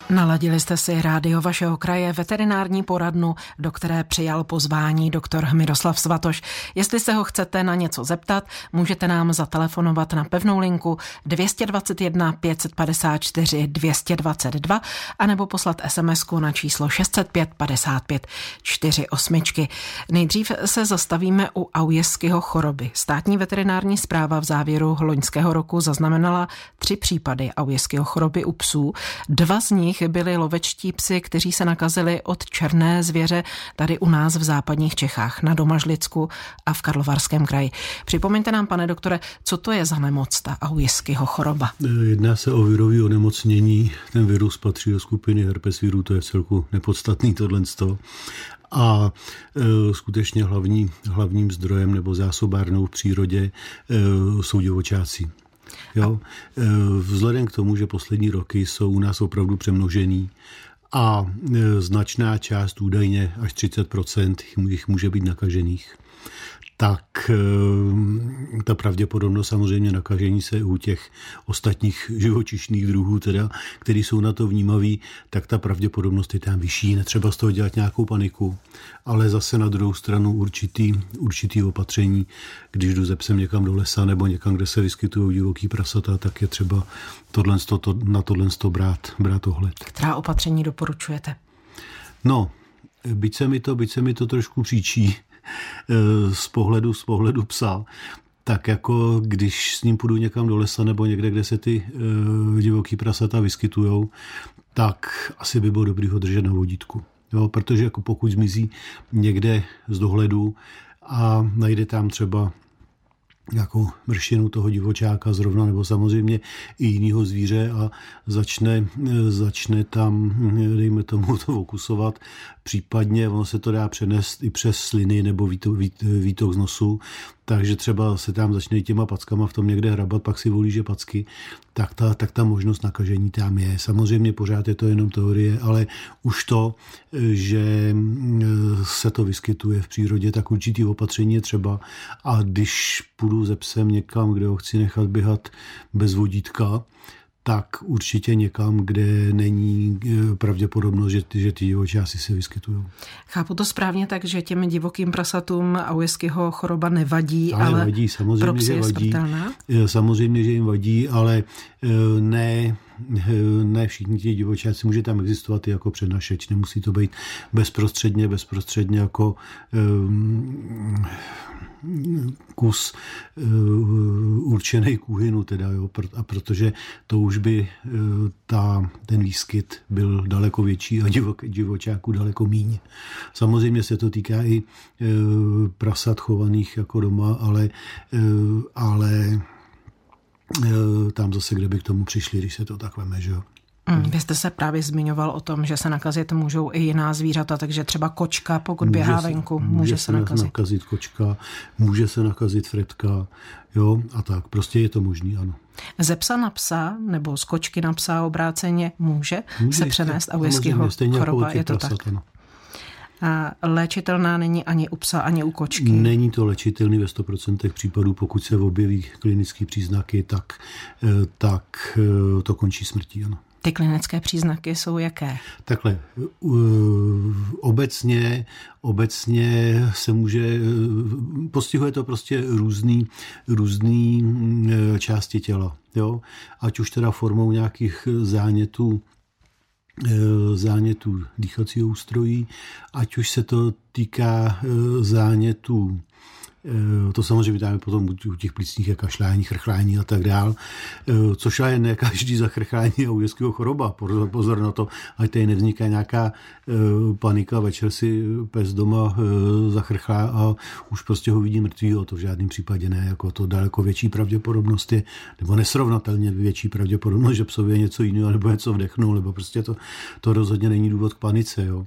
Naladili jste si rádio vašeho kraje, veterinární poradnu, do které přijal pozvání doktor Miroslav Svatoš. Jestli se ho chcete na něco zeptat, můžete nám zatelefonovat na pevnou linku 221 554 222 anebo poslat SMS-ku na číslo 605 55 48. Nejdřív se zastavíme u Aujeského choroby. Státní veterinární správa v závěru loňského roku zaznamenala 3 případy Aujeského choroby u psů. 2 z nich byli lovečtí psi, kteří se nakazili od černé zvěře tady u nás v západních Čechách, na Domažlicku a v Karlovarském kraji. Připomeňte nám, pane doktore, co to je za nemoc, ta Aujeského choroba? Jedná se o virové onemocnění. Ten virus patří do skupiny herpes virů, to je vcelku nepodstatný tohleto. A skutečně hlavním zdrojem nebo zásobárnou v přírodě jsou divočáci. Jo? Vzhledem k tomu, že poslední roky jsou u nás opravdu přemnožený a značná část, údajně až 30% jich může být nakažených, tak ta pravděpodobnost samozřejmě nakažení se u těch ostatních živočišných druhů, který jsou na to vnímaví, tak ta pravděpodobnost je tam vyšší. Netřeba z toho dělat nějakou paniku, ale zase na druhou stranu určitý opatření, když jdu ze psem někam do lesa nebo někam, kde se vyskytují divoký prasata, tak je třeba na tohle brát ohled. Která opatření doporučujete? No, byť se mi to trošku příčí, z pohledu psa, tak jako když s ním půjdu někam do lesa nebo někde, kde se ty divoký prasata vyskytujou, tak asi by bylo dobrý ho držet na vodítku. Jo, protože jako pokud zmizí někde z dohledu a najde tam třeba nějakou mršinu toho divočáka zrovna, nebo samozřejmě i jinýho zvíře a začne tam, dejme tomu, to okusovat. Případně ono se to dá přenést i přes sliny nebo výtok z nosu, takže třeba se tam začne těma packama v tom někde hrabat, pak si volí, že packy, tak ta možnost nakažení tam je. Samozřejmě pořád je to jenom teorie, ale už to, že se to vyskytuje v přírodě, tak určitý opatření je třeba. A když půjdu ze psem někam, kde ho chci nechat běhat bez vodítka, tak určitě někam, kde není pravděpodobnost, že ty divočáci se vyskytují. Chápu to správně tak, že těm divokým prasatům Aujeského choroba nevadí, ale vadí, pro psy je smrtelná? Samozřejmě, že jim vadí, ale ne všichni ti divočáci, může tam existovat i jako přenašeč, nemusí to být bezprostředně jako kus určený k úhynu, a protože to už by ten výskyt byl daleko větší a divočáků daleko míň. Samozřejmě se to týká i prasat chovaných jako doma, ale tam zase, kde by k tomu přišli, když se to tak veme, že jo. Vy jste se právě zmiňoval o tom, že se nakazit můžou i jiná zvířata, takže třeba kočka, pokud běhá venku, může se nakazit kočka, může se nakazit fretka, jo, a tak. Prostě je to možný, ano. Ze psa na psa nebo z kočky na psa obráceně může se přenést Aujeského choroba, je to tak? Ano. A léčitelná není ani u psa, ani u kočky? Není to léčitelný ve 100% případů, pokud se objeví klinické příznaky, tak to končí smrtí, ano. Ty klinické příznaky jsou jaké? Takhle, obecně se může, postihuje to prostě různý části těla, jo? Ať už teda formou nějakých zánětů dýchacího ústrojí, ať už se to týká zánětů, to samozřejmě dáme potom u těch plicních je kašlání, chrchlání a tak dál, což ale ne každý zachrchlání je Aujeského choroba. Pozor na to, ať tady nevzniká nějaká panika, večer si pes doma zachrchlá a už prostě ho vidí mrtvýho, to v žádném případě ne, jako to daleko větší pravděpodobnost je, nebo nesrovnatelně větší pravděpodobnost, že psovi je něco jiného, nebo něco vdechnul, nebo prostě to rozhodně není důvod k panice, jo.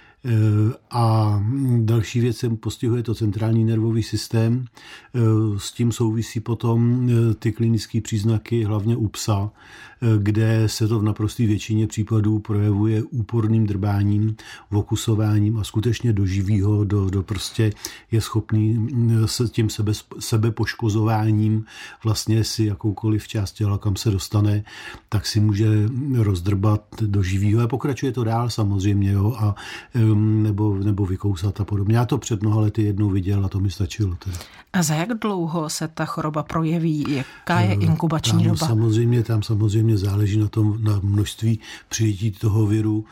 A další věc postihuje to centrální nervový systém. S tím souvisí potom ty klinické příznaky, hlavně u psa, kde se to v naprosté většině případů projevuje úporným drbáním, vokusováním a skutečně do živýho, do prostě je schopný se tím sebepoškozováním vlastně si jakoukoliv část těla, kam se dostane, tak si může rozdrbat do živýho a pokračuje to dál samozřejmě, jo, a nebo vykousat a podobně. Já to před mnoha lety jednou viděl a to mi stačilo. Teda. A za jak dlouho se ta choroba projeví? Jaká je inkubační doba? Tam samozřejmě záleží na množství přijetí toho viru.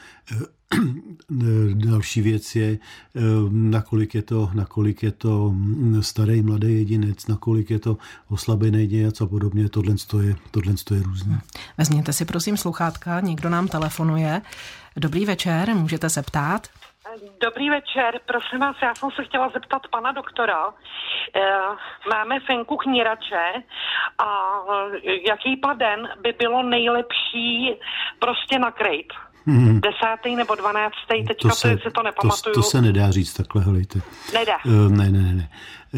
Další věc je, nakolik je to starý mladý jedinec, nakolik je to oslabený jedinec a podobně. Tohle je různé. Vezměte si prosím sluchátka, někdo nám telefonuje. Dobrý večer, můžete se ptát? Dobrý večer, prosím vás, já jsem se chtěla zeptat pana doktora. Máme fenku knírače a jaký den by bylo nejlepší prostě nakrejt? 10. nebo 12. teďka si to nepamatuju. To se nedá říct takhle, helejte. Nedá. Ne.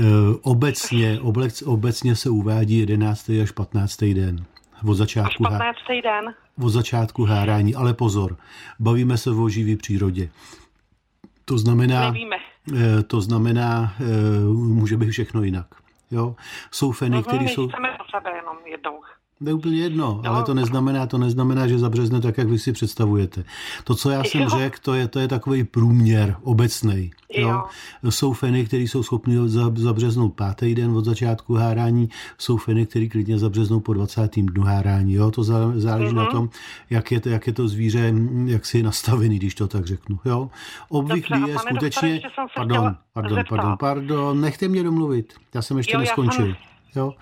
Obecně se uvádí 11. až 15. den. Od začátku, až 15. den? Od začátku hárání, ale pozor, bavíme se o živý přírodě. To znamená, může být všechno jinak. Jo? Jsou feny, které jsou... Chceme do sebe jenom jednou. To je úplně jedno, ale to neznamená, že zabřezne tak, jak vy si představujete. To, co já jsem řekl, to je takový průměr obecnej. Jo? Jsou feny, které jsou schopny zabřeznout 5. den od začátku hárání, jsou feny, které klidně zabřeznou po 20. dnu hárání. Jo? To záleží na tom, jak je to zvíře, jak si je nastavený, když to tak řeknu. Jo? Obvyklý je skutečně... Pardon, nechte mě domluvit. Já jsem ještě neskončil. Jo.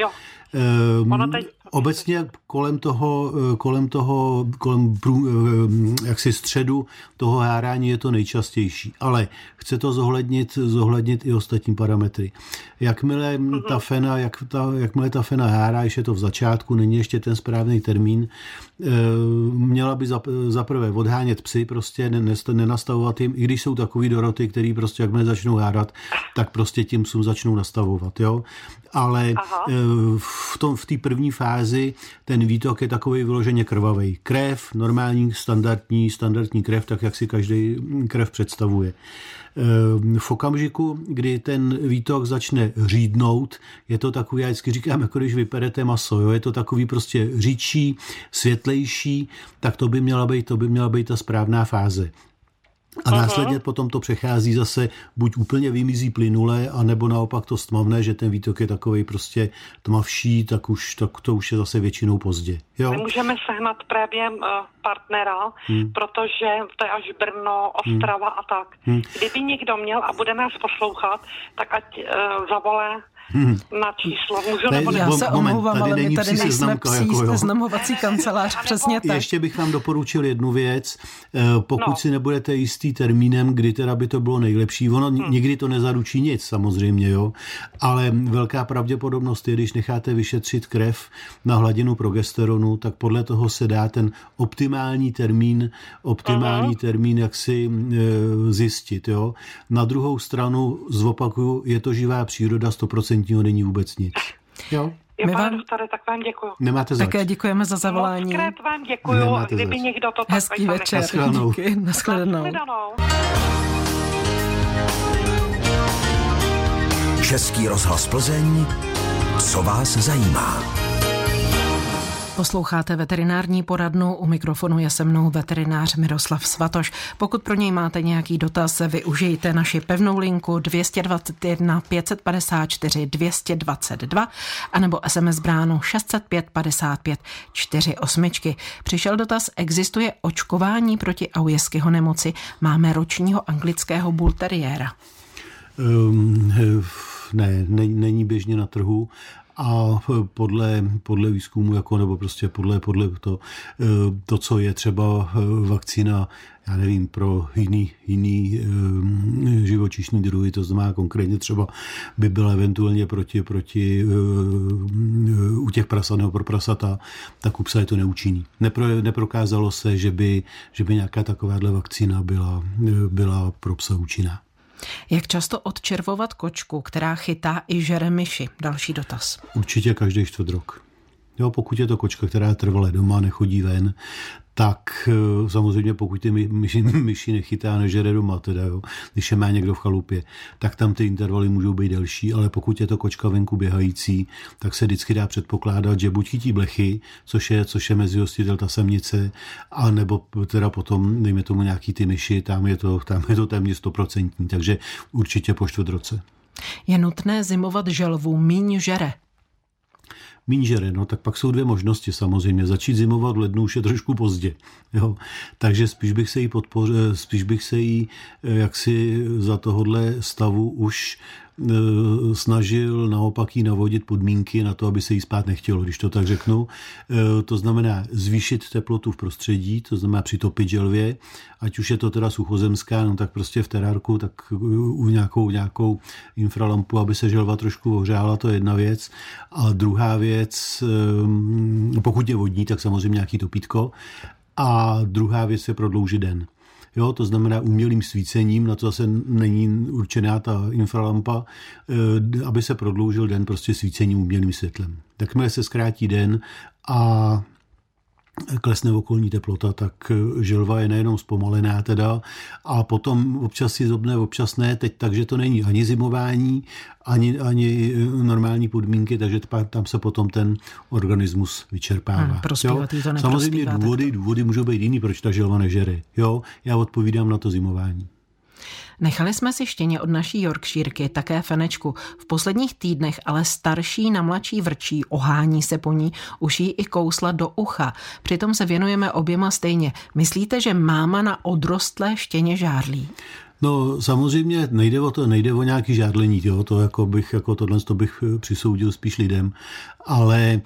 Obecně kolem jaksi středu toho hárání je to nejčastější, ale chce to zohlednit i ostatní parametry. Jakmile ta fena hárá, když je to v začátku, není ještě ten správný termín, měla by zaprvé odhánět psy, prostě nenastavovat jim, i když jsou takový doroty, který prostě jakmile začnou hárat, tak prostě tím psům začnou nastavovat, jo. Ale v té první fázi ten výtok je takový vyloženě krvavý. Krev, normální, standardní krev, tak jak si každý krev představuje. V okamžiku, kdy ten výtok začne řídnout, je to takový, já vždycky říkám, jako když vyperete maso, jo? Je to takový prostě řídší, světlejší, tak to by měla být ta správná fáze. A následně potom to přechází zase, buď úplně vymizí plynule, anebo naopak to stmavné, že ten výtok je takovej prostě tmavší, tak to už je zase většinou pozdě. Jo? My můžeme sehnat právě partnera, protože to je až Brno, Ostrava a tak. Kdyby někdo měl a bude nás poslouchat, tak ať zavolá na číslo. Já se omlouvám, ale my tady nejsme seznamovací kancelář, přesně tak. Ještě bych vám doporučil jednu věc, pokud si nebudete jistý termínem, kdy teda by to bylo nejlepší, ono nikdy to nezaručí nic samozřejmě, jo, ale velká pravděpodobnost je, když necháte vyšetřit krev na hladinu progesteronu, tak podle toho se dá ten optimální termín jak si zjistit, jo. Na druhou stranu, zopakuju, je to živá příroda, 100% není vůbec nic. Jo? Tak vám děkuju. Nemáte zač. Také děkujeme za zavolání. Mockrát vám děkuju. Kdyby někdo to tak... Hezký večer. Díky. Nashledanou. Český rozhlas Plzeň. Co vás zajímá? Posloucháte veterinární poradnu, u mikrofonu je se mnou veterinář Miroslav Svatoš. Pokud pro něj máte nějaký dotaz, využijte naši pevnou linku 221 554 222 anebo SMS bránu 605 55 48. Přišel dotaz, existuje očkování proti Aujeskyho nemoci? Máme ročního anglického bull terriéra. Ne, není běžně na trhu. A podle výzkumu, nebo prostě podle to, co je třeba vakcína, já nevím, pro jiný živočišní druhy, to znamená konkrétně třeba by byla eventuálně proti u těch prasat nebo pro prasata, tak u psa je to neúčinný. Neprokázalo se, že by nějaká takováhle vakcína byla pro psa účinná. Jak často odčervovat kočku, která chytá i žere myši? Další dotaz. Určitě každý čtvrt rok. Jo, pokud je to kočka, která trvale doma, nechodí ven, tak samozřejmě pokud ty myši nechytá, nežere doma, teda, jo, když je má někdo v chalupě, tak tam ty intervaly můžou být delší, ale pokud je to kočka venku běhající, tak se vždycky dá předpokládat, že buď chytí blechy, což je mezihostitel ta samice, a nebo teda potom, dejme tomu nějaký ty myši, tam je to téměř 100%, takže určitě po čtvrt roce. Je nutné zimovat želvu, míň žere. Míň žere, no tak pak jsou dvě možnosti samozřejmě. Začít zimovat v lednu už je trošku pozdě. Jo? Takže spíš bych se jí jaksi za tohodle stavu už snažil naopak jí navodit podmínky na to, aby se jí spát nechtělo, když to tak řeknu. To znamená zvýšit teplotu v prostředí, to znamená přitopit želvě, ať už je to teda suchozemská, no tak prostě v terárku, tak u nějakou infralampu, aby se želva trošku ohřála, to je jedna věc. A druhá věc, pokud je vodní, tak samozřejmě nějaký topítko. A druhá věc je prodloužit den. Jo, to znamená umělým svícením, na to zase není určená ta infralampa, aby se prodloužil den prostě svícením umělým světlem. Takmile se zkrátí den a klesne okolní teplota, tak želva je nejenom zpomalená teda a potom občas si zobne, občas ne, teď takže to není ani zimování, ani normální podmínky, takže tam se potom ten organismus vyčerpává. Samozřejmě důvody můžou být jiný, proč ta želva nežere. Jo, já odpovídám na to zimování. Nechali jsme si štěně od naší Yorkshirky, také fenečku. V posledních týdnech ale starší na mladší vrčí, ohání se po ní, už jí i kousla do ucha. Přitom se věnujeme oběma stejně. Myslíte, že máma na odrostlé štěně žárlí? No samozřejmě nejde o nějaký žádlení, jo? Tohle bych přisoudil spíš lidem, ale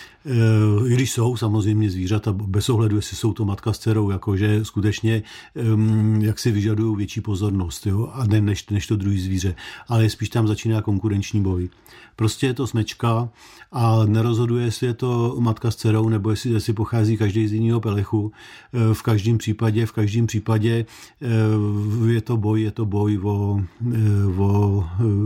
i když jsou samozřejmě zvířata, bez ohledu, jestli jsou to matka s dcerou, jakože skutečně jak si vyžadují větší pozornost, jo? A ne než to druhý zvíře, ale spíš tam začíná konkurenční boj. Prostě je to smečka a nerozhoduje, jestli je to matka s dcerou, nebo jestli pochází každý z jiného pelechu. V každém případě je to boj o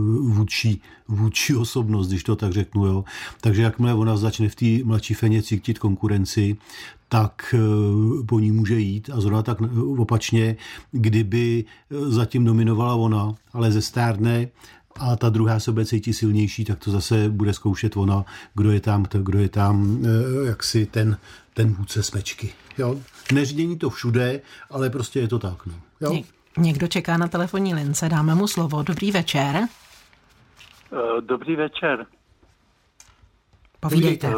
vůdčí osobnost, když to tak řeknu. Jo. Takže jakmile ona začne v té mladší feně cítit konkurenci, tak po ní může jít a zrovna tak opačně, kdyby zatím dominovala ona, ale zestárne a ta druhá se bude cítí silnější, tak to zase bude zkoušet ona, kdo je tam jaksi ten vůdce smečky. Jo? Neřídění to všude, ale prostě je to tak. No. Jo? Někdo čeká na telefonní lince, dáme mu slovo. Dobrý večer. Dobrý večer. Povídejte.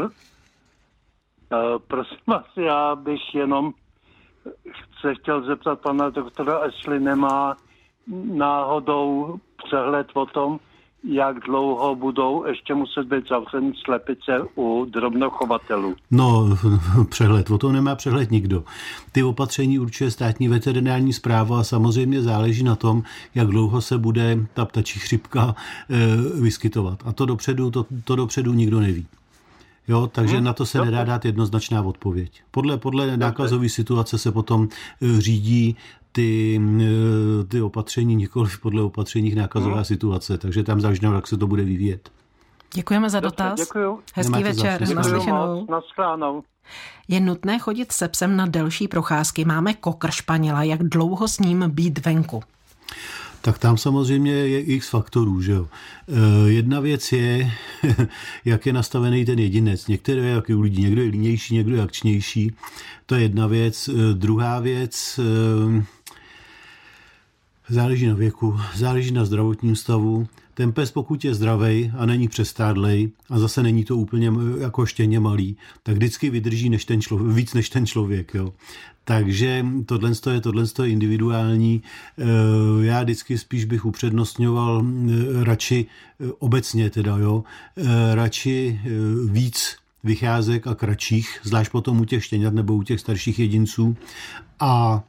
Prosím vás, já bych jenom se chtěl zeptat pana doktora, jestli nemá náhodou přehled o tom, jak dlouho budou ještě muset být zavřeny slepice u drobnochovatelů. No, přehled, o tom nemá přehled nikdo. Ty opatření určuje státní veterinární správa a samozřejmě záleží na tom, jak dlouho se bude ta ptačí chřipka vyskytovat. A to dopředu nikdo neví. Jo, takže na to se nedá dát jednoznačná odpověď. Podle nákazové situace se potom řídí ty opatření, nikoliv podle opatření nákazové situace, takže tam záleží, jak se to bude vyvíjet. Děkujeme za dotaz. Děkuju. Hezký večer. Naslyšenou. Naschledanou. Je nutné chodit se psem na delší procházky. Máme kokr španěla, jak dlouho s ním být venku? Tak tam samozřejmě je x faktorů, že jo. Jedna věc je, jak je nastavený ten jedinec. Některé jak u lidí, někdo je línější, někdo je akčnější. To je jedna věc. Druhá věc, záleží na věku, záleží na zdravotním stavu. Ten pes, pokud je zdravej a není přestádlej a zase není to úplně jako štěně malý, tak vždycky vydrží víc než ten člověk. Jo. Takže tohle je individuální. Já vždycky spíš bych upřednostňoval radši obecně teda, jo, radši víc vycházek a kratších, zvlášť potom u těch štěňat nebo u těch starších jedinců a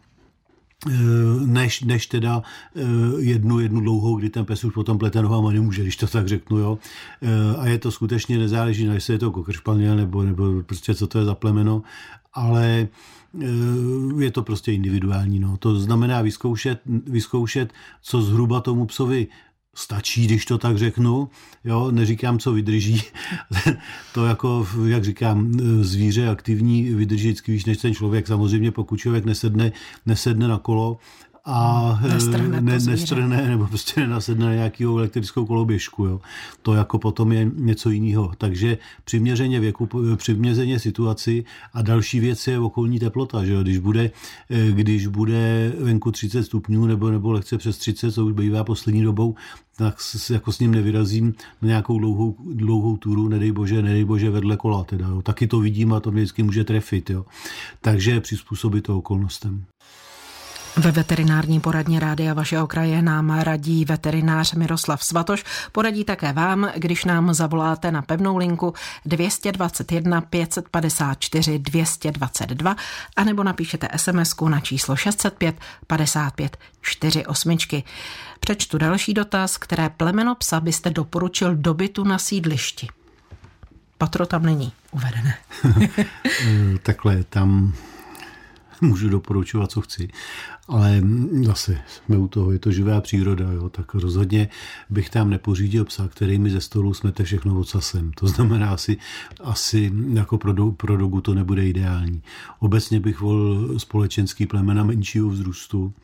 než teda jednu dlouhou, kdy ten pes už potom plete nohama nemůže, když to tak řeknu, jo. A je to skutečně nezáleží, jestli je to kokr španěl nebo prostě co to je za plemeno, ale je to prostě individuální, no. To znamená vyzkoušet, co zhruba tomu psovi stačí, když to tak řeknu, jo, neříkám, co vydrží. To jako, jak říkám, zvíře aktivní vydrží vždycky víc než ten člověk. Samozřejmě pokud člověk nesedne na kolo a nestrhne nebo prostě nenasedne na nějakou elektrickou koloběžku. Jo. To jako potom je něco jiného. Takže přiměřeně věku, přiměřeně situaci a další věc je okolní teplota. Že jo. Když bude venku 30 stupňů nebo lehce přes 30, co už bývá poslední dobou, tak jako s ním nevyrazím na nějakou dlouhou túru, nedej bože vedle kola. Teda, jo. Taky to vidím a to mě vždycky může trefit. Jo. Takže přizpůsobit to okolnostem. Ve veterinární poradně Rádia vašeho kraje nám radí veterinář Miroslav Svatoš. Poradí také vám, když nám zavoláte na pevnou linku 221 554 222 anebo napíšete SMS-ku na číslo 605 55 48. Přečtu další dotaz, které plemeno psa byste doporučil do bytu na sídlišti. Patro tam není uvedené. Takhle, tam můžu doporučovat, co chci. Ale zase jsme u toho, je to živá příroda, jo, tak rozhodně bych tam nepořídil psa, který mi ze stolu smete všechno odsasem. To znamená asi jako pro dogu to nebude ideální. Obecně bych volil společenský plemena menšího vzrůstu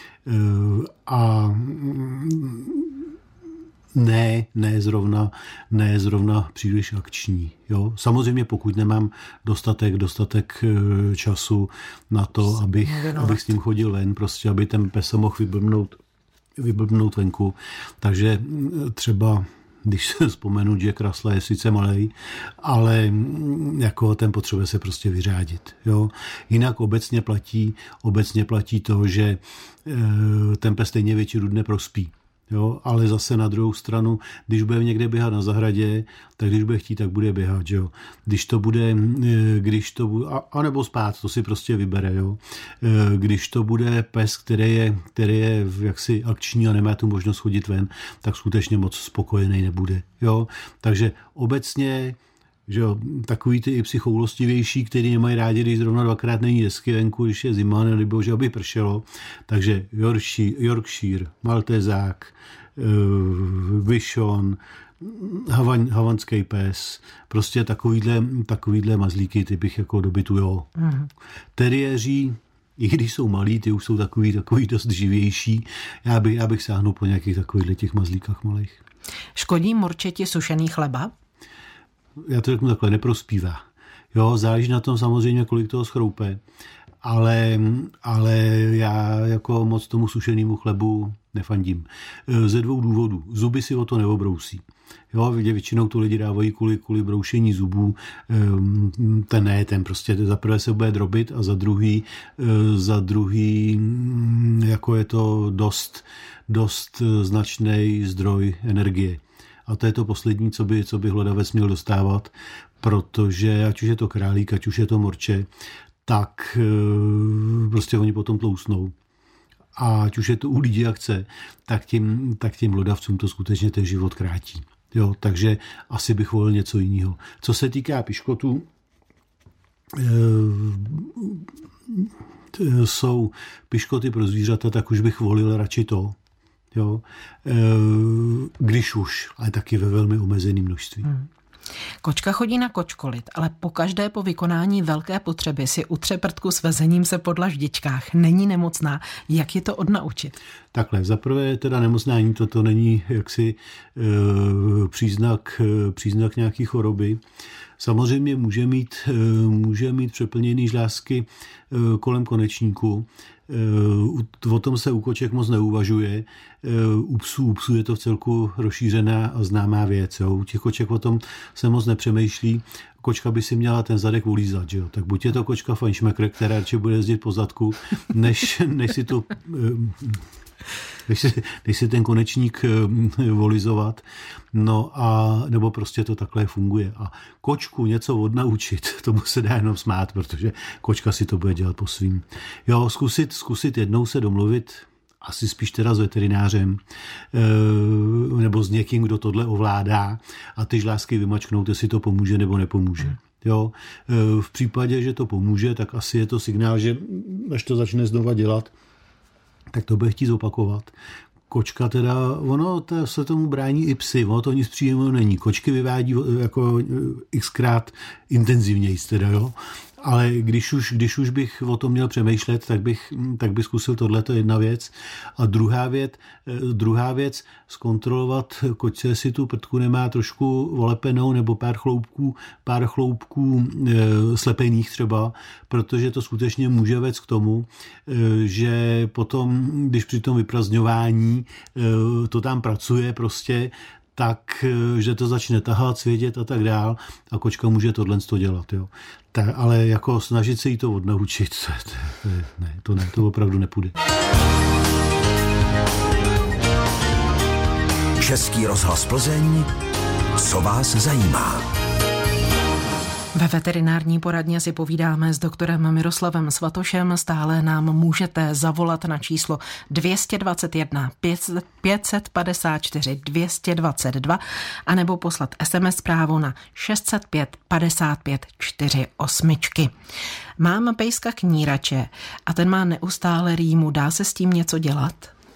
a ne zrovna příliš akční. Jo? Samozřejmě pokud nemám dostatek času na to, abych s ním chodil ven, prostě aby ten pes se mohl vyblbnout venku. Takže třeba, když se vzpomenu, Jack Russell je sice malej, ale jako ten potřebuje se prostě vyřádit. Jo? Jinak obecně platí to, že ten pes stejně většinu dne prospí. Jo, ale zase na druhou stranu, když bude někde běhat na zahradě, tak když bude chtít, tak bude běhat, jo. Když to bude a nebo spát, to si prostě vybere, jo. Když to bude pes, který je jaksi akční a nemá tu možnost chodit ven, tak skutečně moc spokojený nebude, jo. Takže obecně, že jo, takový ty i psychoulostivější, který nemají rádi, když zrovna dvakrát není desky venku, když je zima, nebo že aby pršelo. Takže Yorkshire, Maltézák, Vishon, havanský pes, prostě takovýhle mazlíky, ty bych jako do bytu, jo. Teriéři, i když jsou malí, ty už jsou takový dost živější. Já bych sáhnul po nějakých takových těch mazlíkách malých. Škodí morčeti sušený chleba? Já to řeknu takhle, neprospívá. Jo, záleží na tom samozřejmě, kolik toho schroupe, ale já jako moc tomu sušenému chlebu nefandím. Ze 2 důvodů. Zuby si o to neobrousí. Jo, většinou to lidi dávají kvůli broušení zubů. Ten prostě za prvé se bude drobit a za druhý jako je to dost značný zdroj energie. A to je to poslední, co by hlodavec měl dostávat, protože ať už je to králík, ať už je to morče, tak prostě oni potom tlousnou. A ať už je to u lidí jak chce, tak těm hlodavcům to skutečně ten život krátí. Jo, takže asi bych volil něco jiného. Co se týká piškotů, jsou piškoty pro zvířata, tak už bych volil radši to. Jo, když už, ale taky ve velmi omezeném množství. Kočka chodí na kočkolit, ale pokaždé po vykonání velké potřeby si utře prdku s vezením se po dlaždičkách. Není nemocná. Jak je to odnaučit? Takhle, zaprvé teda nemocná, to není jaksi příznak nějaký choroby. Samozřejmě může mít přeplněný žlázky kolem konečníku. O tom se u koček moc neuvažuje. U psů je to vcelku rozšířená a známá věc. Jo. U těch koček o tom se moc nepřemýšlí. Kočka by si měla ten zadek ulízat. Jo. Tak buď je to kočka fajnšmekr, která radši bude jezdit po zadku, než si to... Když si ten konečník volizovat, no a nebo prostě to takhle funguje. A kočku něco odnaučit, tomu se dá jenom smát, protože kočka si to bude dělat po svým. Jo, zkusit jednou se domluvit, asi spíš teda s veterinářem, nebo s někým, kdo tohle ovládá a ty žlázky vymačknout, jestli to pomůže nebo nepomůže. Jo, v případě, že to pomůže, tak asi je to signál, že až to začne znova dělat, tak to bude chtít zopakovat. kočka teda, se tomu brání i psy, ono to nic příjemného není. Kočky vyvádí jako xkrát intenzivněji teda, jo. Ale když už bych o tom měl přemýšlet, tak bych zkusil tohle, to je jedna věc. A druhá věc, zkontrolovat kočce, jestli tu prdku nemá trošku olepenou nebo pár chloupků slepených třeba, protože to skutečně může vést k tomu, že potom, když při tom vyprazdňování to tam pracuje prostě, tak, že to začne tahat, svědět a tak dál a kočka může tohle dělat. Jo. Ale jako snažit se jí to odnaučit, to opravdu nepůjde. Český rozhlas Plzeň, co vás zajímá? Ve veterinární poradně si povídáme s doktorem Miroslavem Svatošem. Stále nám můžete zavolat na číslo 221 554 222 anebo poslat SMS zprávu na 605 55 48. Mám pejska knírače a ten má neustále rýmu. Dá se s tím něco dělat?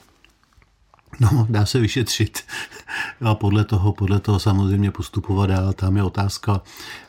No, dá se vyšetřit a podle toho samozřejmě postupovat dál. Tam je otázka,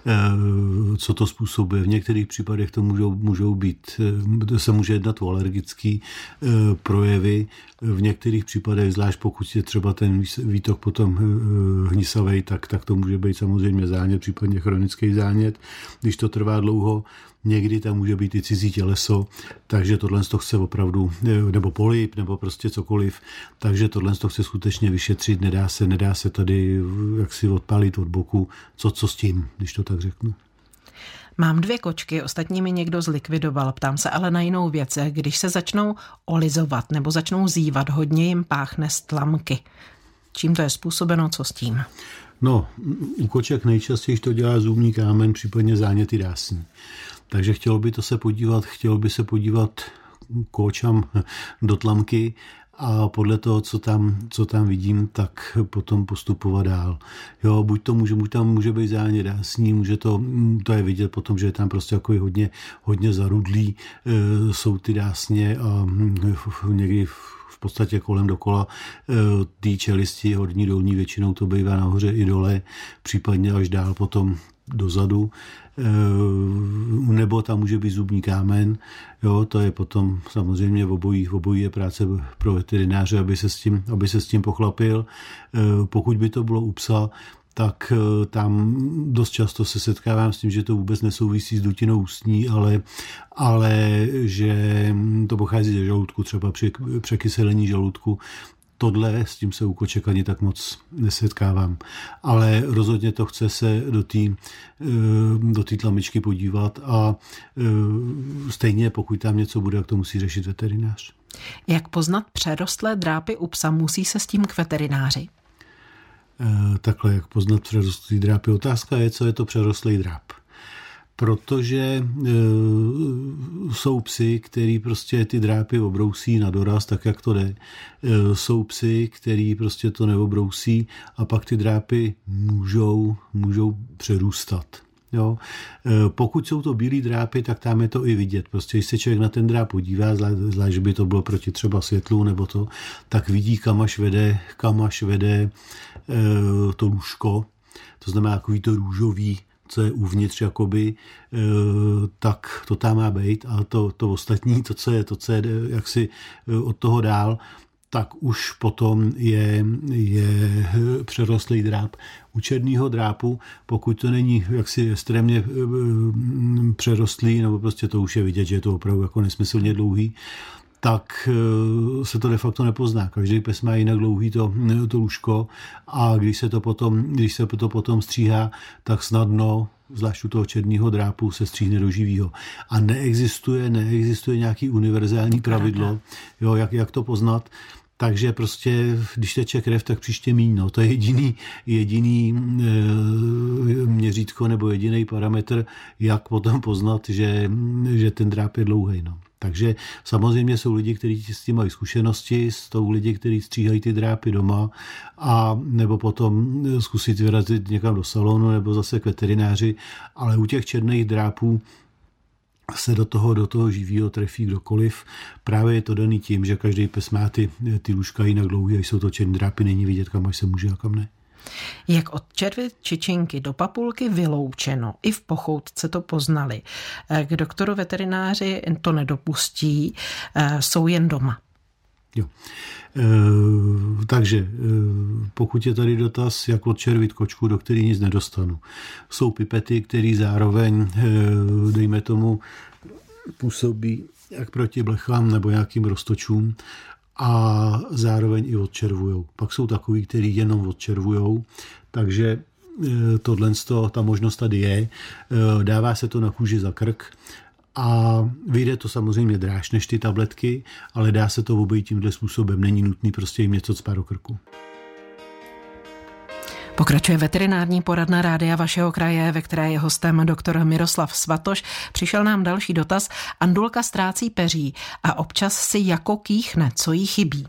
co to způsobuje. V některých případech to můžou být, se může jednat o alergické projevy. V některých případech, zvlášť pokud je třeba ten výtok potom hnisavej, tak to může být samozřejmě zánět, případně chronický zánět. Když to trvá dlouho, někdy tam může být i cizí těleso, takže tohle to chce opravdu, nebo polyp, nebo prostě cokoliv, takže tohle to chce skutečně vyšetřit, nedá se tady jaksi odpálit od boku, co s tím, když to tak řeknu. Mám 2 kočky, ostatní mi někdo zlikvidoval, ptám se ale na jinou věc. Když se začnou olizovat nebo začnou zívat, hodně jim páchne z tlamky. Čím to je způsobeno, co s tím? No, u koček nejčastěji to dělá zubní kámen, případně záněty dásní. Takže chtělo by se podívat kočám do tlamky a podle toho, co tam vidím, tak potom postupovat dál. Jo, buď tam může být zánět dásní, to je vidět potom, že je tam prostě jako hodně zarudlý, jsou ty dásně a někdy v podstatě kolem dokola té čelisti, horní, dolní, většinou to bývá nahoře i dole, případně až dál potom dozadu, nebo tam může být zubní kámen, jo, to je potom samozřejmě obojí je práce pro veterináře, aby se s tím pochlapil. Pokud by to bylo u psa, tak tam dost často se setkávám s tím, že to vůbec nesouvisí s dutinou ústní, ale že to pochází ze žaludku, třeba při překyselení žaludku. Tohle, s tím se u koček ani tak moc nesetkávám. Ale rozhodně to chce se do té tlamičky podívat a stejně pokud tam něco bude, tak to musí řešit veterinář. Jak poznat přerostlé drápy u psa? Musí se s tím k veterináři? Takhle, jak poznat přerostlý drápy. Otázka je, co je to přerostlý dráp. Protože jsou psy, který prostě ty drápy obrousí na doraz, tak jak to jde. Jsou psy, který prostě to neobrousí a pak ty drápy můžou přerůstat. Jo. Pokud jsou to bílý drápy, tak tam je to i vidět. Prostě když se člověk na ten dráp podívá, zvlášť by to bylo proti třeba světlu nebo to, tak vidí, kam až vede to lůžko. To znamená takový to růžový, co je uvnitř, jakoby, tak to tam má být a to ostatní, to, co je jaksi od toho dál, tak už potom je přerostlý dráp. U černého drápu, pokud to není jaksi extrémně přerostlý, nebo prostě to už je vidět, že je to opravdu jako nesmyslně dlouhý, tak se to de facto nepozná. Každý pes má jinak dlouhý to lůžko a když se to potom stříhá, tak snadno, zvlášť u toho černého drápu, se stříhne do živýho. A neexistuje nějaký univerzální pravidlo, jo, jak to poznat. Takže prostě, když teče krev, tak příště míň. No. To je jediný měřítko nebo jediný parametr, jak potom poznat, že ten dráp je dlouhý. No. Takže samozřejmě jsou lidi, kteří s tím mají zkušenosti, jsou lidi, kteří stříhají ty drápy doma a nebo potom zkusit vyrazit někam do salonu nebo zase k veterináři, ale u těch černých drápů se do toho živýho trefí kdokoliv. Právě je to daný tím, že každý pes má ty lůžka jinak dlouhý a jsou to černý drápy, není vidět, kam až se může a kam ne. Jak od červy čičinky do papulky vyloučeno, i v Pochoutce to poznali. K doktoru veterináři to nedopustí, jsou jen doma. Jo. Takže pokud je tady dotaz, jak odčervit kočku, do který nic nedostanu. Jsou pipety, které zároveň, dejme tomu, působí jak proti blechám nebo nějakým roztočům a zároveň i odčervujou. Pak jsou takový, který jenom odčervujou, takže ta možnost tady je. Dává se to na kůži za krk a vyjde to samozřejmě dráž než ty tabletky, ale dá se to obejít tímhle způsobem. Není nutný prostě jim něco cpát do krku. Pokračuje veterinární poradna Rádia vašeho kraje, ve které je hostem doktor Miroslav Svatoš. Přišel nám další dotaz. Andulka ztrácí peří a občas si jako kýchne. Co jí chybí?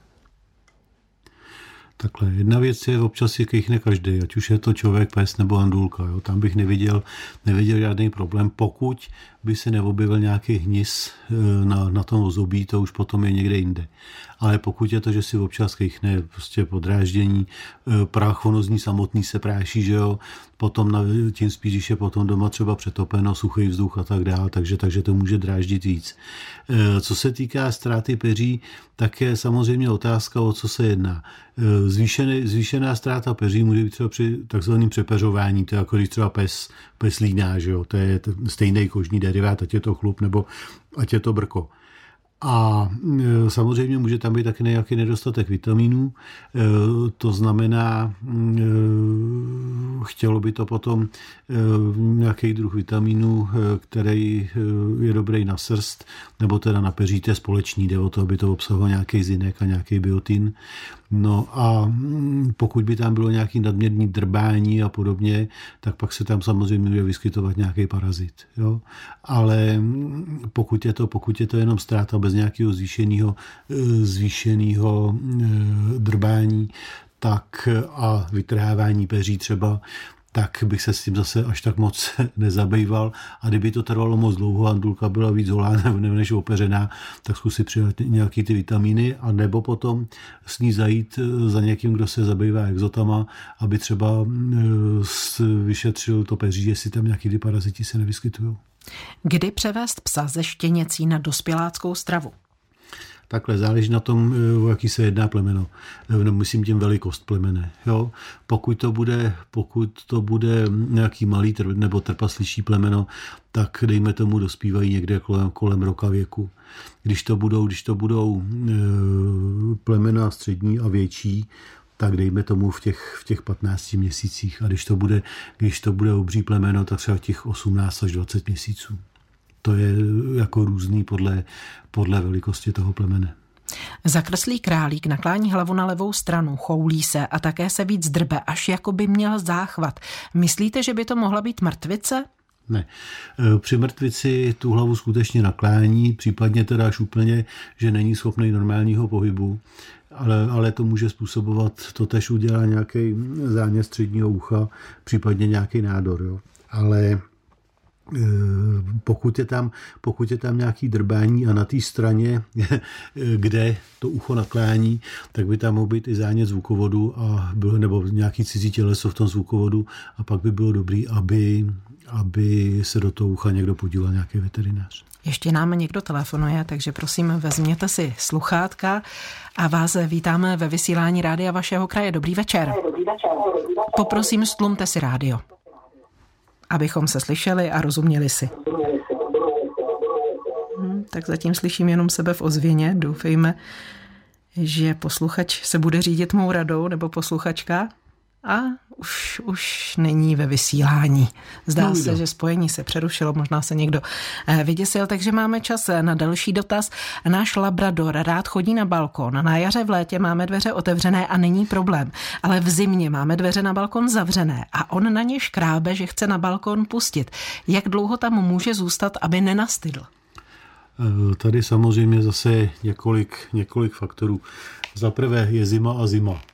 Takhle, jedna věc je, občas si kýchne každý, ať už je to člověk, pes nebo andulka. Jo. Tam bych neviděl žádný problém, pokud by se neobjevil nějaký hnis na tom ozobí, to už potom je někde jinde. Ale pokud je to, že si občas kýchne, prostě podráždění, prach, ono z ní samotný se práší, že jo, potom tím spíš, když je potom doma třeba přetopeno, suchý vzduch a tak dále, takže to může dráždit víc. Co se týká ztráty peří, tak je samozřejmě otázka, o co se jedná. Zvýšená ztráta peří může být třeba při takzvaném přepeřování, to je jako když třeba pes líná, že jo, to je stejný kožní derivát, ať je to chlup nebo ať je to brko. A samozřejmě může tam být taky nějaký nedostatek vitamínů, to znamená, chtělo by to potom nějaký druh vitamínů, který je dobrý na srst, nebo teda na peří, to je společný, jde o to, aby to obsahoval nějaký zinek a nějaký biotin. No a pokud by tam bylo nějaký nadměrný drbání a podobně, tak pak se tam samozřejmě může vyskytovat nějaký parazit. Jo? Ale pokud je to jenom ztráta bez nějakého zvýšeného drbání, tak a vytrhávání peří třeba, tak bych se s tím zase až tak moc nezabýval. A kdyby to trvalo moc dlouho, andulka byla víc holá než opeřená, tak zkusit přidat nějaký ty vitamíny a nebo potom s ní zajít za někým, kdo se zabývá exotama, aby třeba vyšetřil to peří, jestli tam nějaký ty paraziti se nevyskytují. Kdy převést psa ze štěněcí na dospěláckou stravu? Takhle záleží na tom, o jaký se jedná plemeno. Myslím tím velikost plemene. Jo? Pokud to bude nějaký malý nebo trpasličí plemeno, tak dejme tomu dospívají někde kolem roka věku. Když to budou plemena střední a větší, tak dejme tomu v těch 15 měsících. A když to bude obří plemeno, tak třeba těch 18 až 20 měsíců. To je jako různý podle velikosti toho plemene. Zakrslý králík naklání hlavu na levou stranu, choulí se a také se víc drbe, až jako by měl záchvat. Myslíte, že by to mohla být mrtvice? Ne. Při mrtvici tu hlavu skutečně naklání, případně teda až úplně, že není schopný normálního pohybu, ale to může způsobovat, to tež udělá nějaký zánět středního ucha, případně nějaký nádor. Jo. Ale pokud je tam nějaký drbání a na té straně, kde to ucho naklání, tak by tam mohl být i zánět zvukovodu nebo nějaký cizí těleso v tom zvukovodu a pak by bylo dobrý, aby se do toho ucha někdo podíval, nějaký veterinář. Ještě nám někdo telefonuje, takže prosím, vezměte si sluchátka a vás vítáme ve vysílání Rádia vašeho kraje. Dobrý večer. Poprosím, stlumte si rádio, abychom se slyšeli a rozuměli si. Tak zatím slyším jenom sebe v ozvěně. Doufejme, že posluchač se bude řídit mou radou, nebo posluchačka. A už není ve vysílání. Zdá se, že spojení se přerušilo, možná se někdo vyděsil, takže máme čas na další dotaz. Náš labrador rád chodí na balkon. Na jaře v létě máme dveře otevřené a není problém, ale v zimě máme dveře na balkon zavřené a on na ně škrábe, že chce na balkon pustit. Jak dlouho tam může zůstat, aby nenastydl? Tady samozřejmě zase několik faktorů. Za prvé je zima a zima.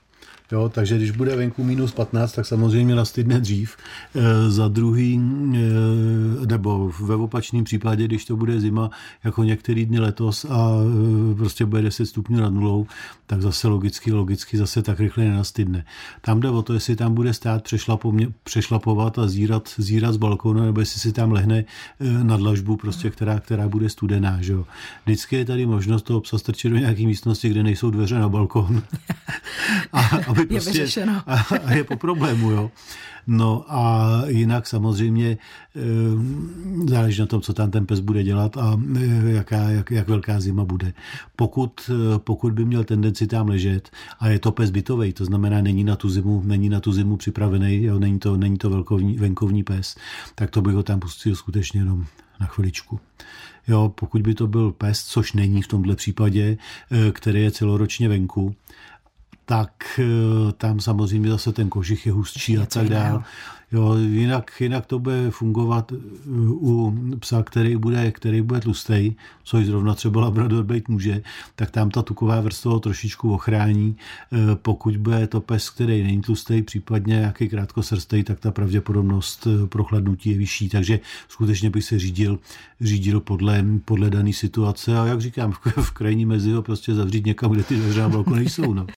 Jo, takže když bude venku minus 15, tak samozřejmě nastydne dřív. Za druhý, nebo ve opačném případě, když to bude zima, jako některý dny letos a prostě bude 10 stupňů nad nulou, tak zase logicky zase tak rychle nenastydne. Tam jde o to, jestli tam bude stát přešlapovat a zírat z balkónu, nebo jestli si tam lehne na dlažbu, prostě, která bude studená. Že jo. Vždycky je tady možnost toho psa strčit do nějaké místnosti, kde nejsou dveře na balkón. Aby prostě, a je po problému. Jo. No a jinak samozřejmě záleží na tom, co tam ten pes bude dělat a jak velká zima bude. Pokud by měl tendenci tam ležet a je to pes bytovej, to znamená není na tu zimu připravený, jo, není to venkovní pes, tak to bych ho tam pustil skutečně jenom na chviličku. Jo, pokud by to byl pes, což není v tomhle případě, který je celoročně venku, tak tam samozřejmě zase ten kožich je hustší a tak dál. Jo, jinak to bude fungovat u psa, který bude tlustej, což zrovna třeba labrador být může, tak tam ta tuková vrstva ho trošičku ochrání. Pokud bude to pes, který není tlustej, případně nějaký krátkosrstej, tak ta pravděpodobnost pro chladnutí je vyšší. Takže skutečně bych se řídil podle dané situace a jak říkám, v krajní mezi ho prostě zavřít někam, kde ty dveře na balkonu nejsou. No.